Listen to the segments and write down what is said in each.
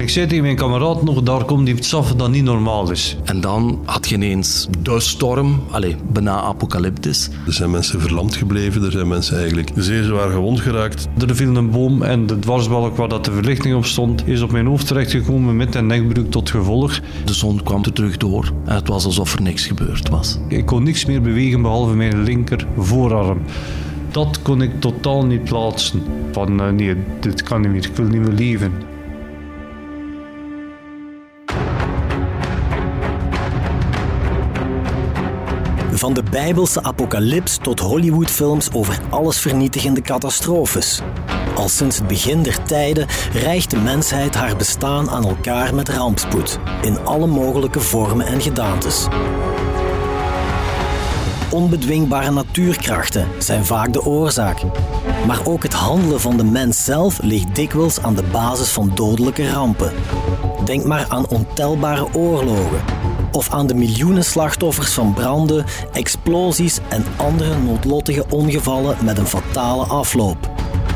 Ik zei tegen mijn kameraad nog, daar komt iets af dat niet normaal is. En dan had je ineens de storm, bijna apocalyptisch. Er zijn mensen verlamd gebleven, er zijn mensen eigenlijk zeer zwaar gewond geraakt. Er viel een boom en de dwarsbalk waar dat de verlichting op stond, is op mijn hoofd terechtgekomen met een nekbreuk tot gevolg. De zon kwam er terug door en het was alsof er niks gebeurd was. Ik kon niks meer bewegen behalve mijn linker voorarm. Dat kon ik totaal niet plaatsen. Van nee, dit kan niet meer, ik wil niet meer leven. Van de Bijbelse apocalyps tot Hollywoodfilms over allesvernietigende catastrofes. Al sinds het begin der tijden reigt de mensheid haar bestaan aan elkaar met rampspoed, in alle mogelijke vormen en gedaantes. Onbedwingbare natuurkrachten zijn vaak de oorzaak. Maar ook het handelen van de mens zelf ligt dikwijls aan de basis van dodelijke rampen. Denk maar aan ontelbare oorlogen. Of aan de miljoenen slachtoffers van branden, explosies en andere noodlottige ongevallen met een fatale afloop.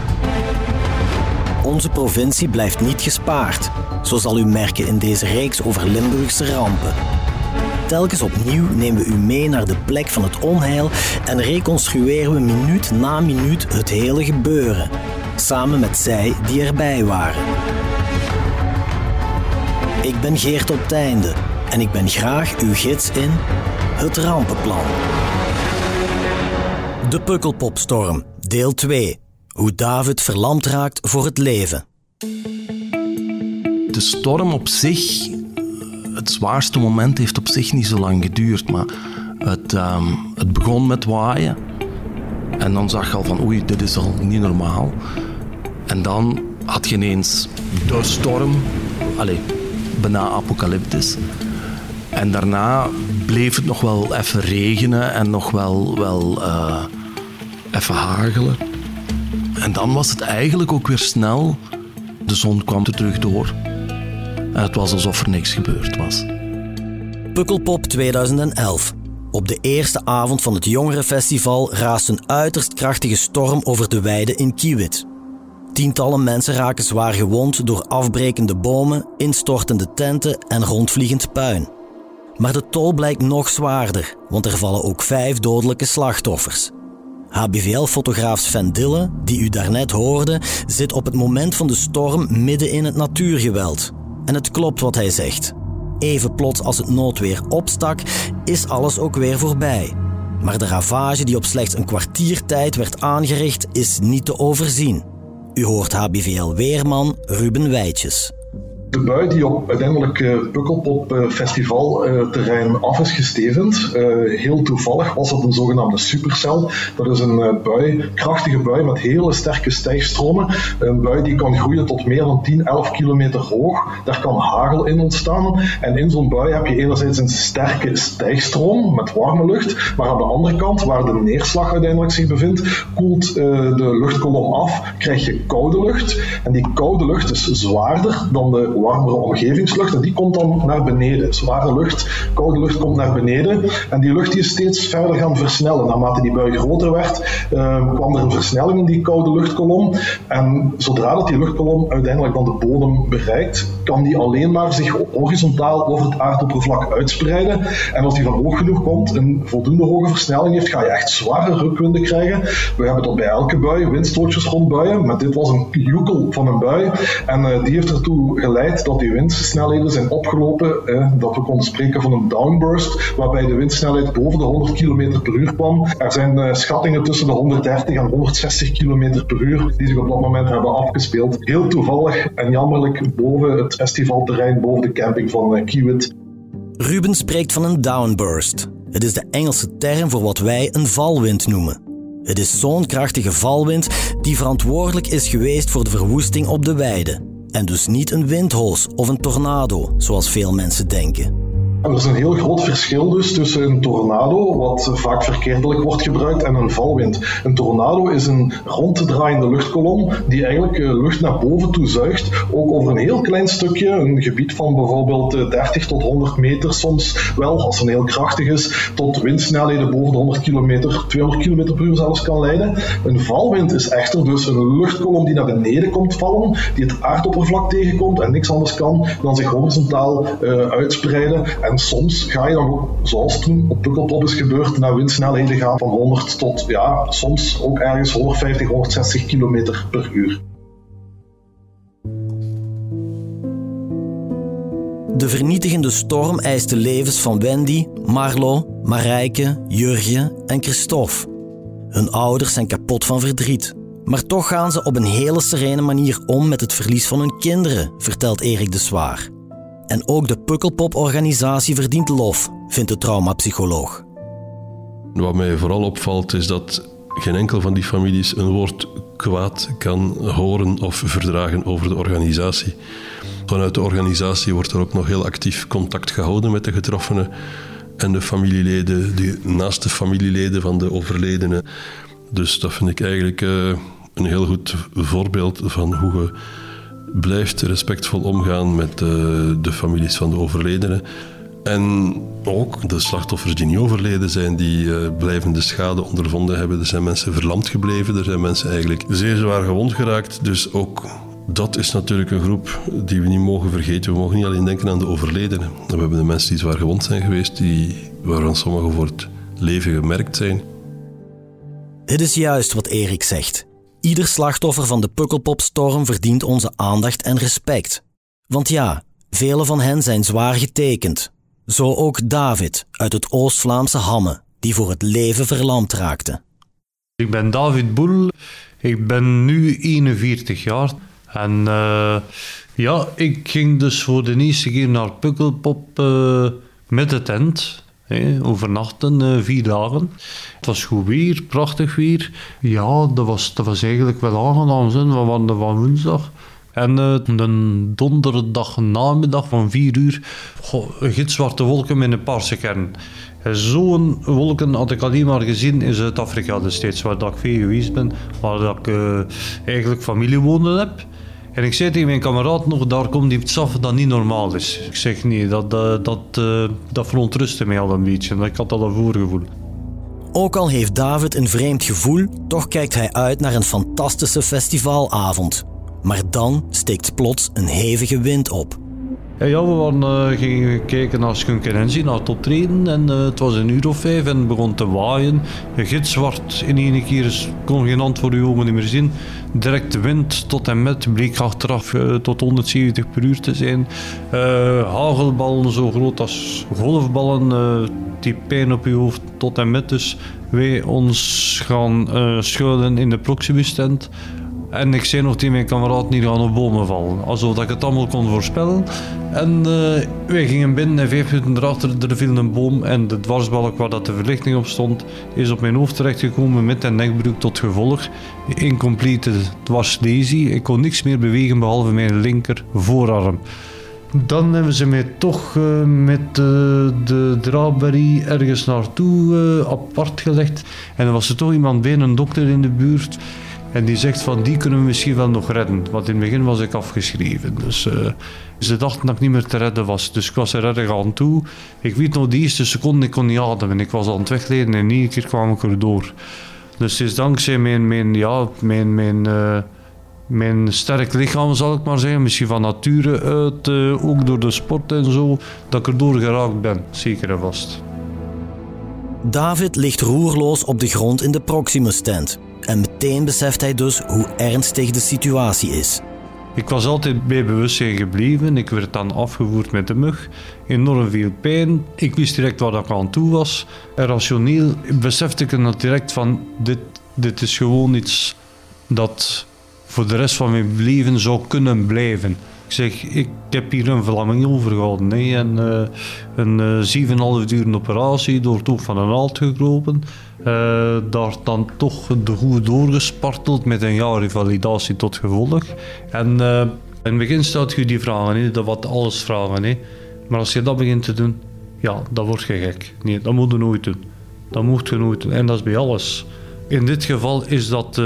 Onze provincie blijft niet gespaard, zo zal u merken in deze reeks over Limburgse rampen. Telkens opnieuw nemen we u mee naar de plek van het onheil en reconstrueren we minuut na minuut het hele gebeuren, samen met zij die erbij waren. Ik ben Geert op Teinde en ik ben graag uw gids in Het Rampenplan. De Pukkelpopstorm, deel 2. Hoe David verlamd raakt voor het leven. De storm op zich, het zwaarste moment heeft op zich niet zo lang geduurd, maar het begon met waaien. En dan zag je al van oei, dit is al niet normaal. En dan had je ineens de storm, bijna apocalyptisch. En daarna bleef het nog wel even regenen en nog wel even hagelen. En dan was het eigenlijk ook weer snel. De zon kwam er terug door. En het was alsof er niks gebeurd was. Pukkelpop 2011. Op de eerste avond van het Jongerenfestival raast een uiterst krachtige storm over de weide in Kiewit. Tientallen mensen raken zwaar gewond door afbrekende bomen, instortende tenten en rondvliegend puin. Maar de tol blijkt nog zwaarder, want er vallen ook 5 dodelijke slachtoffers. HBVL-fotograaf Sven Dille, die u daarnet hoorde, zit op het moment van de storm midden in het natuurgeweld. En het klopt wat hij zegt. Even plots als het noodweer opstak, is alles ook weer voorbij. Maar de ravage die op slechts een kwartiertijd werd aangericht, is niet te overzien. U hoort HBVL-weerman Ruben Wijtjes. De bui die op uiteindelijk Pukkelpop festivalterrein af is gestevend. Heel toevallig was het een zogenaamde supercel. Dat is een krachtige bui met hele sterke stijgstromen. Een bui die kan groeien tot meer dan 10-11 kilometer hoog. Daar kan hagel in ontstaan. En in zo'n bui heb je enerzijds een sterke stijgstroom met warme lucht. Maar aan de andere kant, waar de neerslag uiteindelijk zich bevindt, koelt de luchtkolom af. Krijg je koude lucht. En die koude lucht is zwaarder dan de warmere omgevingslucht en die komt dan naar beneden. Zware lucht, koude lucht komt naar beneden en die lucht die is steeds verder gaan versnellen. Naarmate die bui groter werd, kwam er een versnelling in die koude luchtkolom en zodra dat die luchtkolom uiteindelijk dan de bodem bereikt, kan die alleen maar zich horizontaal over het aardoppervlak uitspreiden en als die van hoog genoeg komt, een voldoende hoge versnelling heeft, ga je echt zware rukwinden krijgen. We hebben dat bij elke bui, windstootjes rond buien, maar dit was een joekel van een bui en die heeft ertoe geleid dat die windsnelheden zijn opgelopen, dat we konden spreken van een downburst, waarbij de windsnelheid boven de 100 km per uur kwam. Er zijn schattingen tussen de 130 en 160 km per uur die zich op dat moment hebben afgespeeld. Heel toevallig en jammerlijk boven het festivalterrein, boven de camping van Kiewit. Ruben spreekt van een downburst. Het is de Engelse term voor wat wij een valwind noemen. Het is zo'n krachtige valwind die verantwoordelijk is geweest voor de verwoesting op de weide. En dus niet een windhoos of een tornado, zoals veel mensen denken. Er is een heel groot verschil dus tussen een tornado, wat vaak verkeerdelijk wordt gebruikt, en een valwind. Een tornado is een ronddraaiende luchtkolom die eigenlijk lucht naar boven toe zuigt, ook over een heel klein stukje, een gebied van bijvoorbeeld 30 tot 100 meter soms wel, als het heel krachtig is, tot windsnelheden boven de 100 kilometer, 200 kilometer per uur zelfs kan leiden. Een valwind is echter dus een luchtkolom die naar beneden komt vallen, die het aardoppervlak tegenkomt en niks anders kan dan zich horizontaal uitspreiden. En soms ga je dan ook, zoals toen op Pukkelpop is gebeurd, naar windsnelheden gaan van 100 tot, soms ook ergens 150, 160 kilometer per uur. De vernietigende storm eist de levens van Wendy, Marlo, Marijke, Jurgen en Christophe. Hun ouders zijn kapot van verdriet. Maar toch gaan ze op een hele serene manier om met het verlies van hun kinderen, vertelt Erik de Zwaar. En ook de Pukkelpop-organisatie verdient lof, vindt de traumapsycholoog. Wat mij vooral opvalt is dat geen enkel van die families een woord kwaad kan horen of verdragen over de organisatie. Vanuit de organisatie wordt er ook nog heel actief contact gehouden met de getroffenen en de familieleden, de naaste familieleden van de overledene. Dus dat vind ik eigenlijk een heel goed voorbeeld van hoe je blijft respectvol omgaan met de families van de overledenen. En ook de slachtoffers die niet overleden zijn, die blijvende schade ondervonden hebben. Er zijn mensen verlamd gebleven, er zijn mensen eigenlijk zeer zwaar gewond geraakt. Dus ook dat is natuurlijk een groep die we niet mogen vergeten. We mogen niet alleen denken aan de overledenen. We hebben de mensen die zwaar gewond zijn geweest, waarvan sommigen voor het leven gemerkt zijn. Het is juist wat Erik zegt. Ieder slachtoffer van de Pukkelpopstorm verdient onze aandacht en respect. Want ja, vele van hen zijn zwaar getekend. Zo ook David uit het Oost-Vlaamse Hamme, die voor het leven verlamd raakte. Ik ben David Boel, ik ben nu 41 jaar. En ik ging dus voor de eerste keer naar Pukkelpop met de tent. Overnachten, 4 dagen. Het was goed weer, prachtig weer. Ja, dat was eigenlijk wel aangenaam. We waren er van woensdag. En de donderdag namiddag van 4 uur, gitzwarte wolken met een paarse kern. Zo'n wolken had ik alleen maar gezien in Zuid-Afrika destijds, waar ik veel geweest ben, waar ik eigenlijk familie wonen heb. En ik zei tegen mijn kameraad nog, daar komt iets af dat niet normaal is. Ik zeg nee, dat verontrustte mij al een beetje. Ik had al een voorgevoel. Ook al heeft David een vreemd gevoel, toch kijkt hij uit naar een fantastische festivalavond. Maar dan steekt plots een hevige wind op. Ja, we gingen kijken naar Schunkenenzie, naar het optreden. En het was 5:00 en het begon te waaien. Gitzwart in één keer, kon geen hand voor je ogen niet meer zien. Direct de wind tot en met, bleek achteraf tot 170 per uur te zijn. Hagelballen zo groot als golfballen, die pijn op je hoofd tot en met. Dus wij ons gaan schuilen in de Proximus-tent. En ik zei nog tegen mijn kameraad, niet gaan op bomen vallen. Alsof ik het allemaal kon voorspellen. En wij gingen binnen en 5 minuten erachter, er viel een boom. En de dwarsbalk waar dat de verlichting op stond, is op mijn hoofd terechtgekomen met een nekbreuk tot gevolg. Incomplete dwarslesie. Ik kon niks meer bewegen behalve mijn linker voorarm. Dan hebben ze mij toch met de draadberry ergens naartoe apart gelegd. En er was er toch iemand bij, een dokter in de buurt. En die zegt van, die kunnen we misschien wel nog redden. Want in het begin was ik afgeschreven. Dus ze dachten dat ik niet meer te redden was. Dus ik was er erg aan toe. Ik weet nog, de eerste seconde, ik kon niet ademen. Ik was aan het wegleiden en in één keer kwam ik erdoor. Dus het is dankzij mijn sterk lichaam, zal ik maar zeggen. Misschien van nature uit, ook door de sport en zo, dat ik erdoor geraakt ben. Zeker en vast. David ligt roerloos op de grond in de Proximus-tent. En meteen beseft hij dus hoe ernstig de situatie is. Ik was altijd bij bewustzijn gebleven. Ik werd dan afgevoerd met de mug. Enorm veel pijn. Ik wist direct waar ik aan toe was. En rationeel besefte ik dan direct van, dit is gewoon iets dat voor de rest van mijn leven zou kunnen blijven. Ik zeg, ik heb hier een verlamming overgehouden. En een 7,5 uur operatie door het oog van een naald gekropen. Daar dan toch de goed doorgesparteld met een jaar revalidatie tot gevolg. En in het begin stelt je die vragen, dat wat alles vragen. Maar als je dat begint te doen, ja, dan word je gek. Nee, dat moet je nooit doen. Dat moet je nooit doen. En dat is bij alles. In dit geval is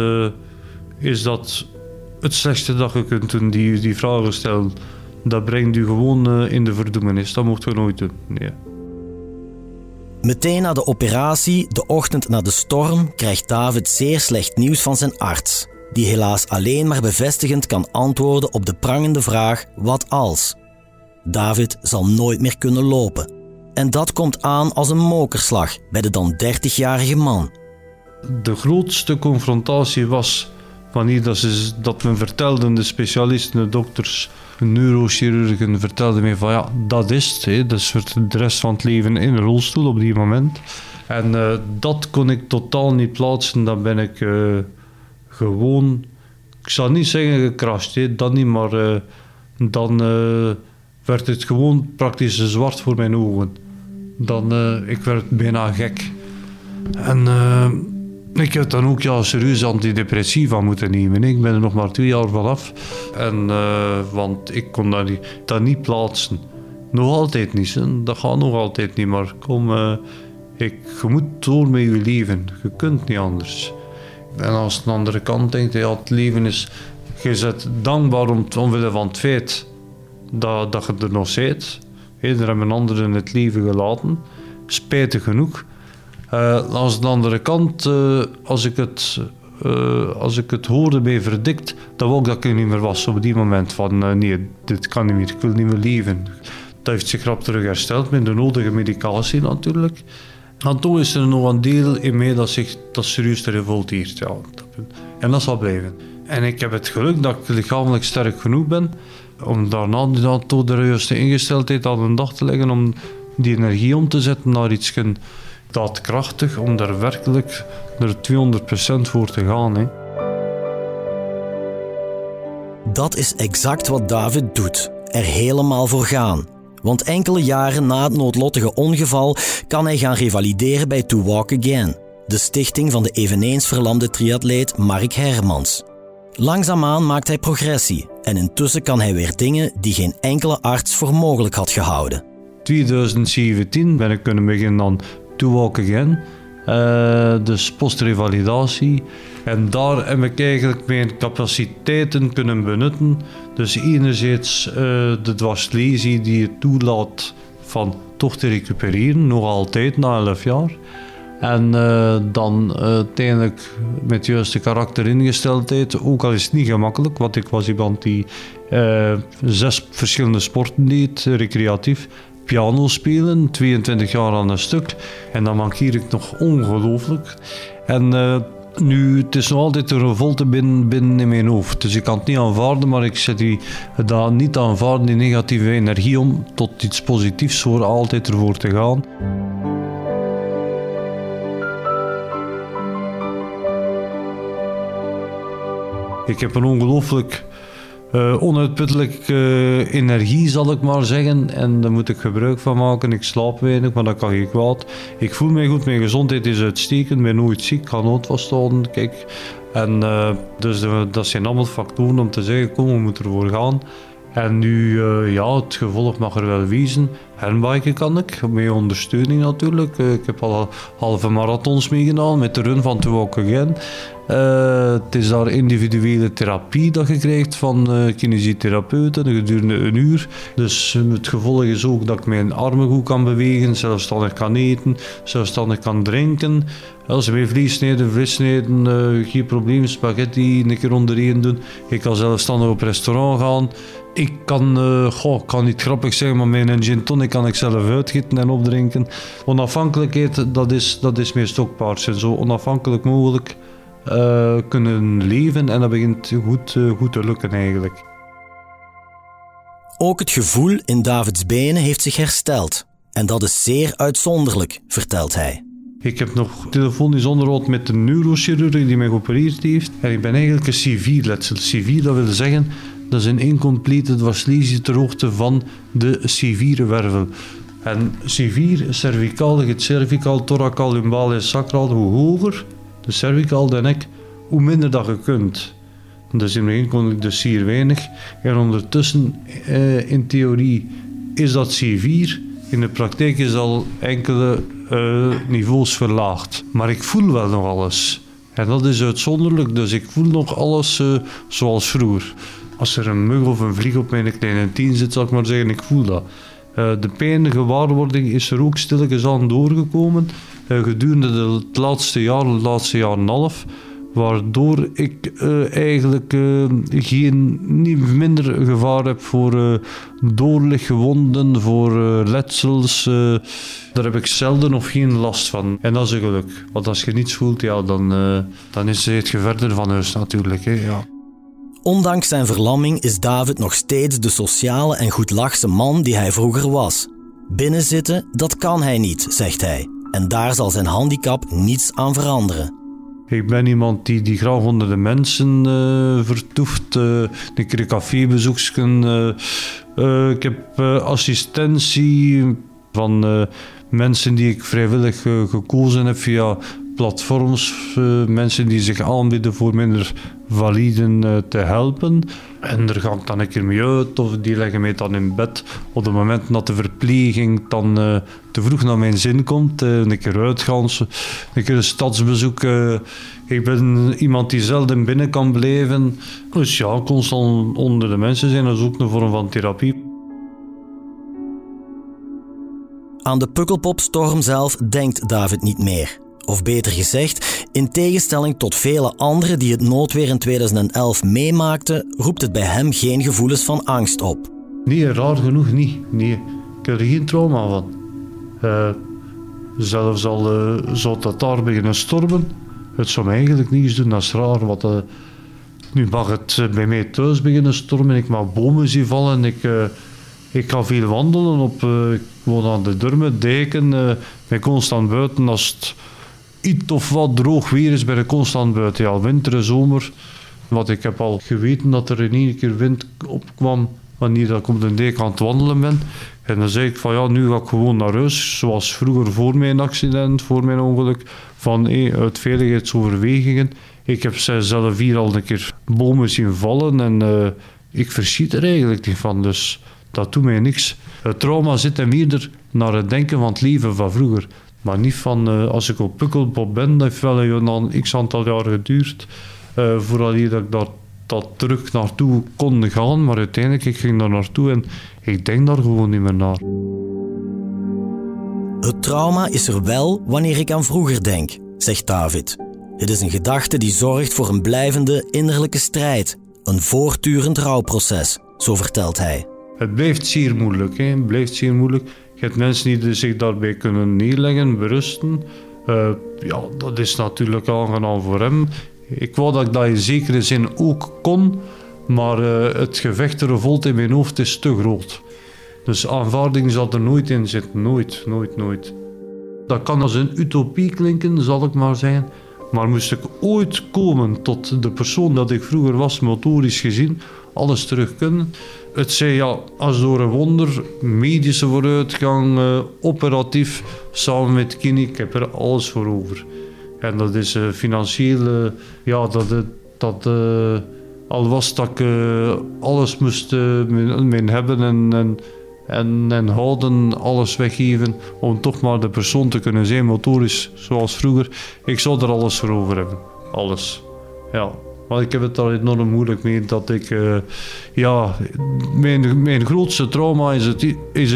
dat het slechtste dat je kunt doen, die vragen stellen. Dat brengt u gewoon in de verdoemenis. Dat moet je nooit doen. Nee. Meteen na de operatie, de ochtend na de storm, krijgt David zeer slecht nieuws van zijn arts, die helaas alleen maar bevestigend kan antwoorden op de prangende vraag wat als. David zal nooit meer kunnen lopen. En dat komt aan als een mokerslag bij de dan 30-jarige man. De grootste confrontatie was wanneer dat men vertelde, de specialisten, de dokters, de neurochirurgen vertelden mij van ja, dat is het. Hè. Dat is voor de rest van het leven in een rolstoel op die moment. En dat kon ik totaal niet plaatsen. Dan ben ik gewoon, ik zal niet zeggen gecrashed, hè, dat niet, maar dan werd het gewoon praktisch zwart voor mijn ogen. Ik werd bijna gek. En ik heb dan ook serieus antidepressiva moeten nemen. Ik ben er nog maar 2 jaar vanaf. Want ik kon dat niet plaatsen. Nog altijd niet. Hè. Dat gaat nog altijd niet. Maar kom, je moet door met je leven. Je kunt niet anders. En als de andere kant denkt, ja, het leven is... Je bent dankbaar omwille van het feit dat je er nog bent. Er hebben anderen het leven gelaten. Spijtig genoeg. Aan de andere kant, als ik het hoorde bij verdikt, dan wou ik dat ik er niet meer was op die moment. Van nee, dit kan niet meer, ik wil niet meer leven. Dat heeft zich rap terug hersteld met de nodige medicatie natuurlijk. En toen is er nog een deel in mij dat serieus revolteert. Ja. En dat zal blijven. En ik heb het geluk dat ik lichamelijk sterk genoeg ben om daarna tot de juiste ingesteldheid aan de dag te leggen om die energie om te zetten naar iets daadkrachtig, om daar werkelijk er 200% voor te gaan. Hè. Dat is exact wat David doet. Er helemaal voor gaan. Want enkele jaren na het noodlottige ongeval kan hij gaan revalideren bij To Walk Again, de stichting van de eveneens verlamde triatleet Mark Hermans. Langzaamaan maakt hij progressie en intussen kan hij weer dingen die geen enkele arts voor mogelijk had gehouden. 2017 ben ik kunnen beginnen aan To Walk Again, dus postrevalidatie. En daar heb ik eigenlijk mijn capaciteiten kunnen benutten. Dus enerzijds de dwarslesie die het toelaat van toch te recupereren, nog altijd na 11 jaar. En dan uiteindelijk met juiste karakteringesteldheid, ook al is het niet gemakkelijk, want ik was iemand die 6 verschillende sporten deed, recreatief. Piano spelen, 22 jaar aan een stuk. En dan mankeer ik nog ongelooflijk. En nu, het is nog altijd een revolte binnen in mijn hoofd. Dus ik kan het niet aanvaarden, maar ik zet dat niet aanvaarden, die negatieve energie om tot iets positiefs voor altijd ervoor te gaan. Ik heb een ongelooflijk onuitputtelijke energie, zal ik maar zeggen. En daar moet ik gebruik van maken. Ik slaap weinig, maar dat kan geen kwaad. Ik voel mij goed, mijn gezondheid is uitstekend. Ik ben nooit ziek, ik kan nooit vasthouden. Kijk. En dus dat zijn allemaal factoren om te zeggen, kom, we moeten ervoor gaan. En nu, het gevolg mag er wel wezen. Handbiken kan ik, met ondersteuning natuurlijk. Ik heb al halve marathons meegedaan met de run van To Walk Again. Het is daar individuele therapie dat je krijgt van kinesitherapeuten gedurende 1 uur. Dus het gevolg is ook dat ik mijn armen goed kan bewegen, zelfstandig kan eten, zelfstandig kan drinken. Als we vlees snijden, geen probleem, spaghetti een keer onderheen doen. Ik kan zelfstandig op restaurant gaan. Ik kan niet grappig zeggen, maar mijn gin tonic kan ik zelf uitgieten en opdrinken. Onafhankelijkheid, dat is mijn stokpaard. En zo onafhankelijk mogelijk kunnen leven en dat begint goed te lukken eigenlijk. Ook het gevoel in Davids benen heeft zich hersteld. En dat is zeer uitzonderlijk, vertelt hij. Ik heb nog telefonisch onderhoud met de neurochirurg die mij geopereerd heeft. En ik ben eigenlijk een C4-letsel. C4, dat wil zeggen, dat is een incomplete dwarslesie ter hoogte van de C4-wervel. En C4, cervicaal, het cervicaal, thoracaal, lumbaal en sacraal, hoe hoger de cervicaal de nek, hoe minder dat je kunt. Dus in het begin kon ik dus zeer weinig. En ondertussen, in theorie, is dat C4. In de praktijk is al enkele niveaus verlaagd. Maar ik voel wel nog alles. En dat is uitzonderlijk, dus ik voel nog alles zoals vroeger. Als er een mug of een vlieg op mijn kleine teen zit, zal ik maar zeggen, ik voel dat. De pijn, de gewaarwording is er ook stilletjes aan doorgekomen. Gedurende het laatste jaar en een half. Waardoor ik eigenlijk niet minder gevaar heb voor doorlichtgewonden, voor letsels. Daar heb ik zelden of geen last van. En dat is een geluk. Want als je niets voelt, ja, dan is het je verder van huis natuurlijk. Hè, ja. Ondanks zijn verlamming is David nog steeds de sociale en goedlachse man die hij vroeger was. Binnenzitten, dat kan hij niet, zegt hij. En daar zal zijn handicap niets aan veranderen. Ik ben iemand die graag onder de mensen vertoeft. Een keer een cafébezoeksken. Ik heb assistentie van mensen die ik vrijwillig gekozen heb via platforms. Mensen die zich aanbieden voor minder validen te helpen. En daar ga ik dan een keer mee uit of die leggen mij dan in bed. Op het moment dat de verpleging dan te vroeg naar mijn zin komt. Een keer uitgaan, een keer een stadsbezoek. Ik ben iemand die zelden binnen kan blijven. Dus ja, constant onder de mensen zijn, dat is ook een vorm van therapie. Aan de Pukkelpop-storm zelf denkt David niet meer. Of beter gezegd, in tegenstelling tot vele anderen die het noodweer in 2011 meemaakten, roept het bij hem geen gevoelens van angst op. Nee, raar genoeg niet. Nee, ik heb er geen trauma van. Zelfs al zou dat daar beginnen stormen, het zou me eigenlijk niets doen, dat is raar. Want, nu mag het bij mij thuis beginnen stormen, ik mag bomen zien vallen, ik ga veel wandelen, ik woon aan de Durmen, dijken, ben constant buiten. Als het iets of wat droog weer is, ben ik constant buiten. Ja, winter en zomer. Want ik heb al geweten dat er in één keer wind opkwam wanneer ik op de dijk aan het wandelen ben. En dan zei ik van ja, nu ga ik gewoon naar huis, zoals vroeger voor mijn accident, voor mijn ongeluk, van uit veiligheidsoverwegingen. Ik heb zelf hier al een keer bomen zien vallen en ik verschiet er eigenlijk niet van, dus dat doet mij niks. Het trauma zit hem eerder naar het denken van het leven van vroeger. Maar niet van, als ik op Pukkelpop ben, dat heeft wel een x-aantal jaar geduurd. Voordat ik dat terug naartoe kon gaan. Maar uiteindelijk, ik ging daar naartoe en ik denk daar gewoon niet meer naar. Het trauma is er wel wanneer ik aan vroeger denk, zegt David. Het is een gedachte die zorgt voor een blijvende innerlijke strijd. Een voortdurend rouwproces, zo vertelt hij. Het blijft zeer moeilijk. Het blijft zeer moeilijk. Je hebt mensen die zich daarbij kunnen neerleggen, berusten. Ja, dat is natuurlijk aangenaam voor hem. Ik wou dat ik dat in zekere zin ook kon, maar het gevecht er revolt in mijn hoofd is te groot. Dus aanvaarding zal er nooit in zitten. Nooit. Dat kan als een utopie klinken, zal ik maar zeggen. Maar moest ik ooit komen tot de persoon dat ik vroeger was, motorisch gezien, alles terug kunnen. Het zij ja, als door een wonder, medische vooruitgang, operatief, samen met Kini, ik heb er alles voor over. En dat is financieel, ja, al was dat ik alles moest mijn hebben en houden, alles weggeven, om toch maar de persoon te kunnen zijn, motorisch, zoals vroeger. Ik zou er alles voor over hebben. Alles. Ja. Maar ik heb het daar enorm moeilijk mee dat ik... ja, mijn grootste trauma is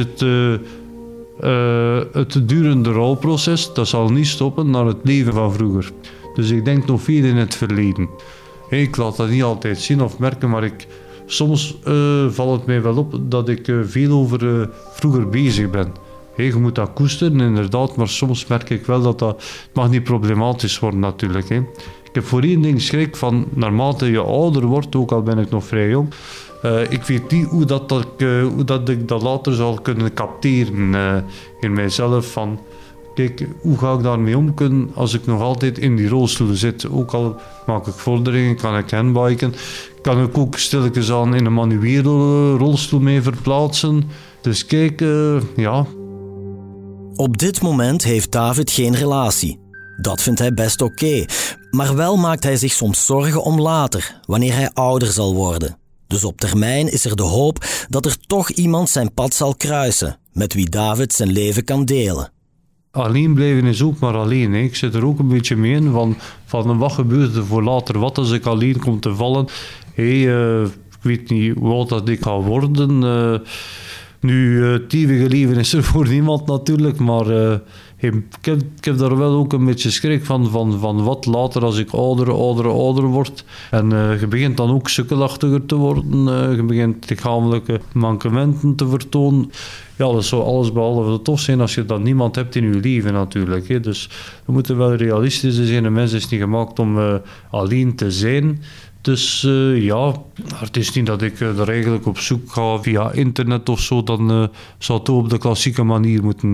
het durende rouwproces. Dat zal niet stoppen naar het leven van vroeger. Dus ik denk nog veel in het verleden. Ik laat dat niet altijd zien of merken, maar soms valt het mij wel op dat ik veel over vroeger bezig ben. Je moet dat koesteren, inderdaad, maar soms merk ik wel dat het mag niet problematisch worden natuurlijk. Ik heb voor één ding schrik van, naarmate je ouder wordt, ook al ben ik nog vrij jong, ik weet niet hoe ik dat later zal kunnen capteren in mijzelf. Van, kijk, hoe ga ik daarmee om kunnen als ik nog altijd in die rolstoel zit? Ook al maak ik vorderingen, kan ik handbiken, kan ik ook stilletjes aan in een manuele rolstoel mee verplaatsen. Dus kijk, ja. Op dit moment heeft David geen relatie. Dat vindt hij best oké. Maar wel maakt hij zich soms zorgen om later, wanneer hij ouder zal worden. Dus op termijn is er de hoop dat er toch iemand zijn pad zal kruisen, met wie David zijn leven kan delen. Alleen blijven is ook maar alleen. Hè. Ik zit er ook een beetje mee in van wat gebeurt er voor later? Wat als ik alleen kom te vallen? Ik weet niet wat dat ik ga worden. Het eeuwige leven is er voor niemand natuurlijk, maar ik heb daar wel ook een beetje schrik van wat later als ik ouder word. En je begint dan ook sukkelachtiger te worden. Je begint lichamelijke mankementen te vertonen. Ja, dat zou alles behalve tof zijn als je dan niemand hebt in je leven natuurlijk. Hè. Dus we moeten wel realistisch zijn. Een mens is niet gemaakt om alleen te zijn. Dus het is niet dat ik er eigenlijk op zoek ga via internet of zo. Dan zou het op de klassieke manier moeten,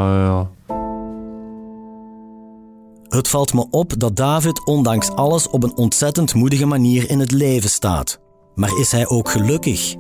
Het valt me op dat David ondanks alles op een ontzettend moedige manier in het leven staat. Maar is hij ook gelukkig?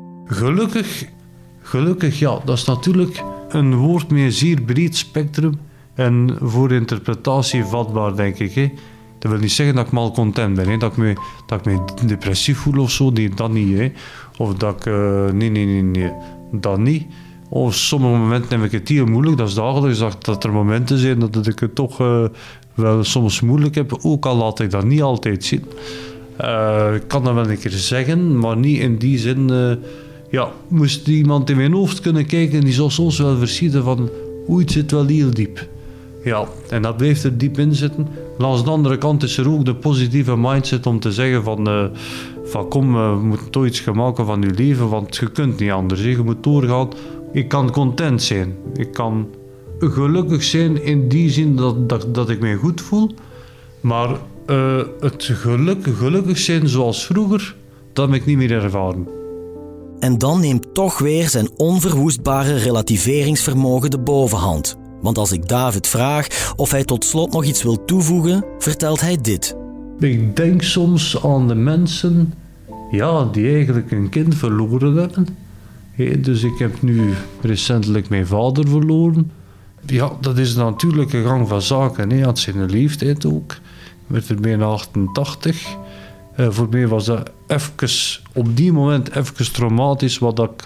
Gelukkig, ja. Dat is natuurlijk een woord met een zeer breed spectrum en voor interpretatie vatbaar, denk ik. Hè. Dat wil niet zeggen dat ik malcontent ben, hè. Dat ik me depressief voel of zo, nee, dat niet. Hè. Of dat ik... Nee, dat niet. Op sommige momenten heb ik het heel moeilijk, dat is dagelijks, dat er momenten zijn dat ik het toch wel soms moeilijk heb, ook al laat ik dat niet altijd zien. Ik kan dat wel een keer zeggen, maar niet in die zin... moest iemand in mijn hoofd kunnen kijken, die zou soms wel verschieten van het zit wel heel diep. Ja, en dat blijft er diep in zitten. Langs de andere kant is er ook de positieve mindset om te zeggen van kom, we moeten toch iets gaan maken van je leven, want je kunt niet anders. Je moet doorgaan. Ik kan content zijn. Ik kan gelukkig zijn in die zin dat ik mij goed voel. Maar het gelukkig zijn zoals vroeger, dat heb ik niet meer ervaren. En dan neemt toch weer zijn onverwoestbare relativeringsvermogen de bovenhand. Want als ik David vraag of hij tot slot nog iets wil toevoegen, vertelt hij dit. Ik denk soms aan de mensen die eigenlijk een kind verloren hebben. Dus ik heb nu recentelijk mijn vader verloren. Ja, dat is natuurlijk een gang van zaken. Hij had zijn leeftijd ook. Ik werd er bijna 88. Voor mij was dat op die moment even traumatisch, wat ik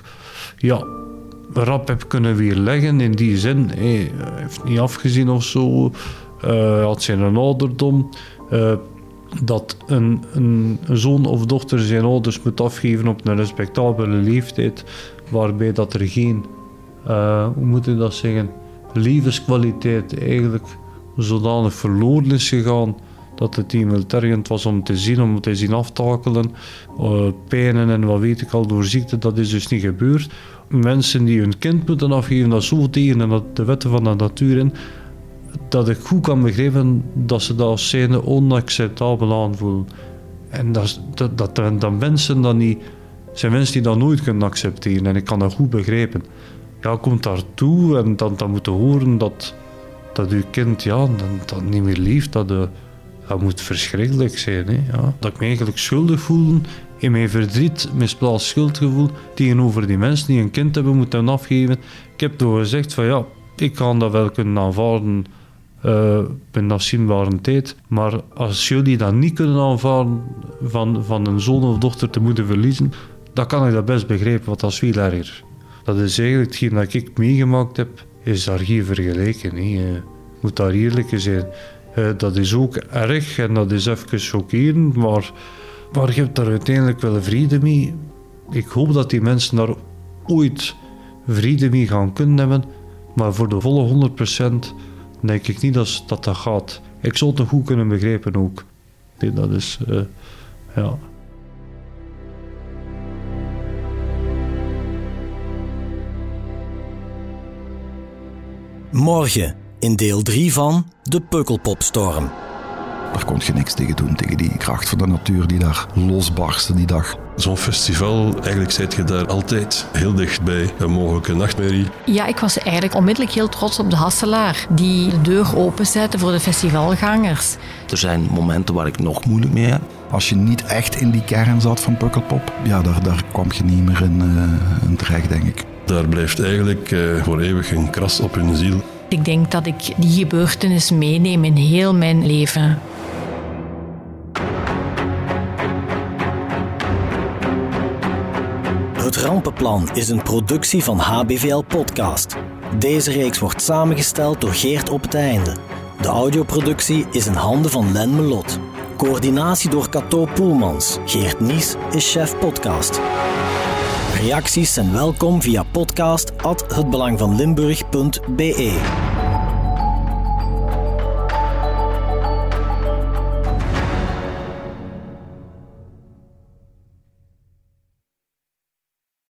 rap heb kunnen weerleggen. In die zin, hij heeft niet afgezien of zo. Hij had zijn ouderdom. Dat een zoon of dochter zijn ouders moet afgeven op een respectabele leeftijd, waarbij dat er geen, hoe moet je dat zeggen, levenskwaliteit eigenlijk zodanig verloren is gegaan, dat het hemeltergend was om te zien aftakelen, pijnen en wat weet ik al door ziekte, dat is dus niet gebeurd. Mensen die hun kind moeten afgeven, dat is zo tegen de wetten van de natuur in, dat ik goed kan begrijpen dat ze dat als zijnde onacceptabel aanvoelen. En dat mensen dat niet, zijn mensen die dat nooit kunnen accepteren. En ik kan dat goed begrijpen. Ja, komt daartoe en dan moet je horen dat uw kind dat niet meer leeft. Dat moet verschrikkelijk zijn. Hè? Ja. Dat ik me eigenlijk schuldig voel in mijn verdriet, misplaatst schuldgevoel tegenover die mensen die een kind hebben moeten afgeven. Ik heb toch gezegd van ik kan dat wel kunnen aanvaarden binnen afzienbare tijd. Maar als jullie dat niet kunnen aanvaarden van een zoon of dochter te moeten verliezen, dan kan ik dat best begrijpen, want dat is veel erger. Dat is eigenlijk hetgeen dat ik meegemaakt heb, is daar geen vergelijking. Je moet daar eerlijk in zijn. Dat is ook erg en dat is even chockerend, maar je hebt daar uiteindelijk wel vrede mee. Ik hoop dat die mensen daar ooit vrede mee gaan kunnen hebben, maar voor de volle 100% denk ik niet dat gaat. Ik zou het nog goed kunnen begrijpen ook. Nee, dat is, Morgen, in deel 3 van De Pukkelpopstorm. Daar kon je niks tegen doen, tegen die kracht van de natuur die daar losbarstte die dag. Zo'n festival, eigenlijk zit je daar altijd heel dicht bij een mogelijke nachtmerrie. Ja, ik was eigenlijk onmiddellijk heel trots op de Hasselaar, die de deur openzette voor de festivalgangers. Er zijn momenten waar ik nog moeilijk mee heb. Als je niet echt in die kern zat van Pukkelpop, daar kwam je niet meer in terecht, denk ik. Daar blijft eigenlijk voor eeuwig een kras op hun ziel. Ik denk dat ik die gebeurtenis meeneem in heel mijn leven. Het Rampenplan is een productie van HBVL Podcast. Deze reeks wordt samengesteld door Geert Op het Einde. De audioproductie is in handen van Len Melot. Coördinatie door Cato Poelmans. Geert Nies is chef podcast. Reacties zijn welkom via podcast@hetbelangvanlimburg.be.